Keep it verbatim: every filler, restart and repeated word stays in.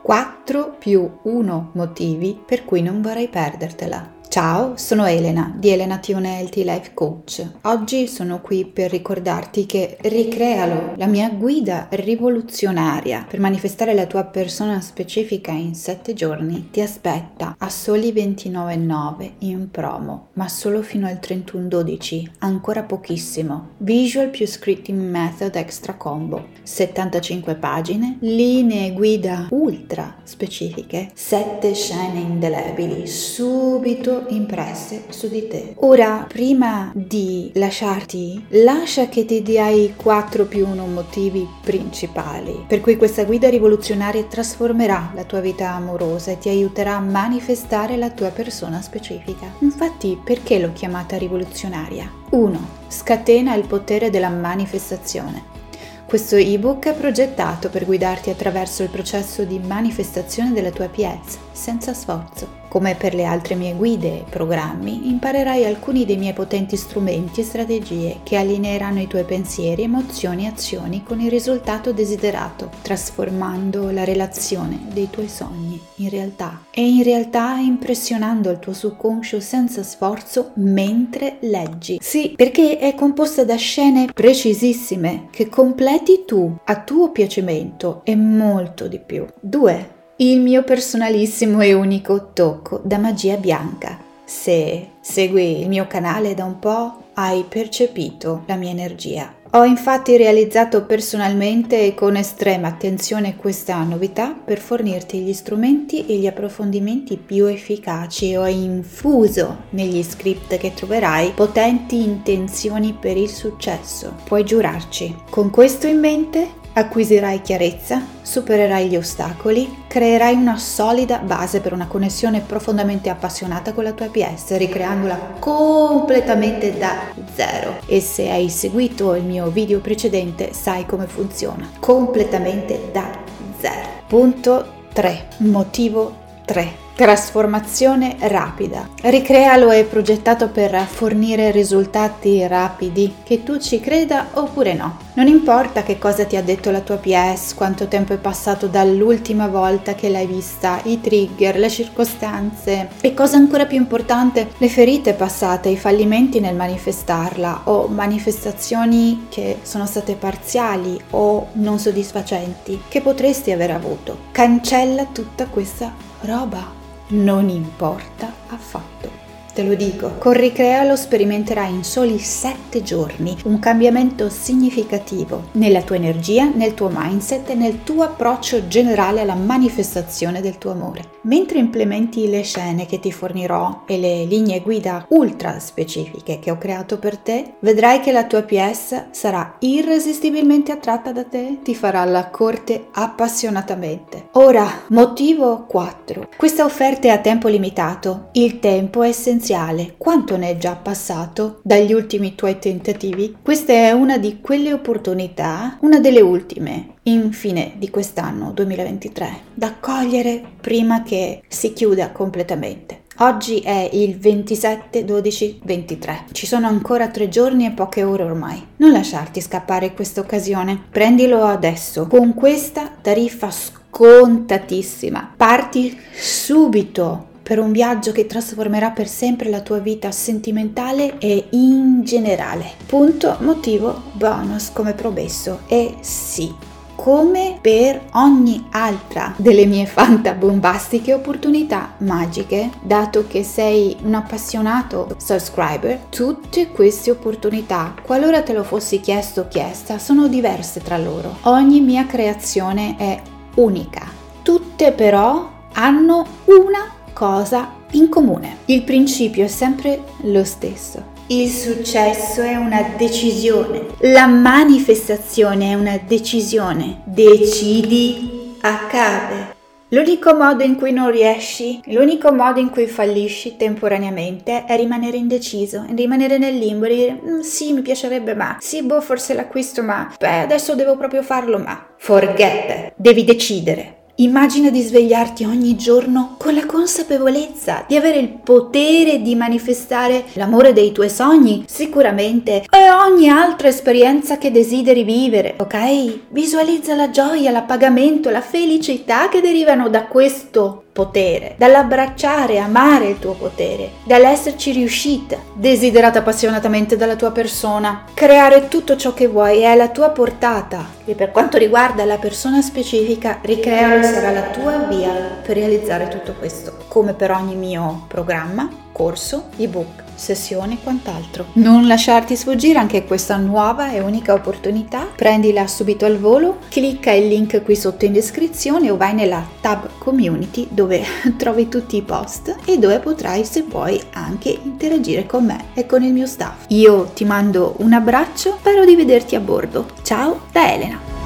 quattro più uno motivi per cui non vorrei perdertela. Ciao, sono Elena di Elena Tione Healthy Life Coach. Oggi sono qui per ricordarti che Ricrealo, la mia guida rivoluzionaria per manifestare la tua persona specifica in sette giorni, ti aspetta a soli ventinove virgola nove in promo, ma solo fino al trentuno dodici, ancora pochissimo. Visual più Scripting Method Extra Combo, settantacinque pagine, linee guida ultra specifiche, sette scene indelebili, subito impresse su di te. Ora, prima di lasciarti, lascia che ti dia i quattro più uno motivi principali per cui questa guida rivoluzionaria trasformerà la tua vita amorosa e ti aiuterà a manifestare la tua persona specifica. Infatti, perché l'ho chiamata rivoluzionaria? uno. Scatena il potere della manifestazione. Questo ebook è progettato per guidarti attraverso il processo di manifestazione della tua P S senza sforzo. Come per le altre mie guide e programmi, imparerai alcuni dei miei potenti strumenti e strategie che allineeranno i tuoi pensieri, emozioni e azioni con il risultato desiderato, trasformando la relazione dei tuoi sogni in realtà e in realtà impressionando il tuo subconscio senza sforzo mentre leggi. Sì, perché è composta da scene precisissime che completi tu a tuo piacimento e molto di più. due. Il mio personalissimo e unico tocco da magia bianca. Se segui il mio canale da un po', hai percepito la mia energia. Ho infatti realizzato personalmente e con estrema attenzione questa novità per fornirti gli strumenti e gli approfondimenti più efficaci e ho infuso negli script che troverai potenti intenzioni per il successo. Puoi giurarci. Con questo in mente acquisirai chiarezza, supererai gli ostacoli, creerai una solida base per una connessione profondamente appassionata con la tua P S, ricreandola completamente da zero. E se hai seguito il mio video precedente, sai come funziona. Completamente da zero. Punto tre. Motivo tre. Trasformazione rapida. Ricrealo è progettato per fornire risultati rapidi, che tu ci creda oppure no. Non importa che cosa ti ha detto la tua P S, quanto tempo è passato dall'ultima volta che l'hai vista, i trigger, le circostanze e cosa ancora più importante, le ferite passate, i fallimenti nel manifestarla o manifestazioni che sono state parziali o non soddisfacenti che potresti aver avuto. Cancella tutta questa roba. Non importa affatto. Te lo dico, con Ricrealo sperimenterai in soli sette giorni un cambiamento significativo nella tua energia, nel tuo mindset e nel tuo approccio generale alla manifestazione del tuo amore. Mentre implementi le scene che ti fornirò e le linee guida ultra specifiche che ho creato per te, vedrai che la tua P S sarà irresistibilmente attratta da te, ti farà la corte appassionatamente. Ora, motivo quattro. Questa offerta è a tempo limitato. Il tempo è essenziale. Quanto ne è già passato dagli ultimi tuoi tentativi? Questa è una di quelle opportunità, una delle ultime, infine di quest'anno duemilaventitré, da cogliere prima che si chiuda completamente. Oggi è il ventisette dodici ventitré. Ci sono ancora tre giorni e poche ore ormai. Non lasciarti scappare questa occasione. Prendilo adesso. Con questa tariffa scontatissima. Parti subito per un viaggio che trasformerà per sempre la tua vita sentimentale e in generale. Punto motivo bonus come promesso. E sì, come per ogni altra delle mie fantabombastiche opportunità magiche, dato che sei un appassionato subscriber, tutte queste opportunità, qualora te lo fossi chiesto o chiesta, sono diverse tra loro. Ogni mia creazione è unica. Tutte però hanno una cosa in comune. Il principio è sempre lo stesso. Il successo è una decisione. La manifestazione è una decisione. Decidi, accade. L'unico modo in cui non riesci, l'unico modo in cui fallisci temporaneamente è rimanere indeciso, rimanere nel limbo e dire mm, sì, mi piacerebbe ma, sì, boh, forse l'acquisto ma, beh, adesso devo proprio farlo ma. Forget, devi decidere. Immagina di svegliarti ogni giorno con la consapevolezza di avere il potere di manifestare l'amore dei tuoi sogni, sicuramente, e ogni altra esperienza che desideri vivere, ok? Visualizza la gioia, l'appagamento, la felicità che derivano da questo potere, dall'abbracciare e amare il tuo potere, dall'esserci riuscita, desiderata appassionatamente dalla tua persona. Creare tutto ciò che vuoi è alla tua portata e per quanto riguarda la persona specifica, Ricrealo sarà la tua via per realizzare tutto questo, come per ogni mio programma, corso, ebook, sessione e quant'altro. Non lasciarti sfuggire anche questa nuova e unica opportunità, prendila subito al volo, clicca il link qui sotto in descrizione o vai nella tab community dove trovi tutti i post e dove potrai, se vuoi, anche interagire con me e con il mio staff. Io ti mando un abbraccio, spero di vederti a bordo. Ciao da Elena!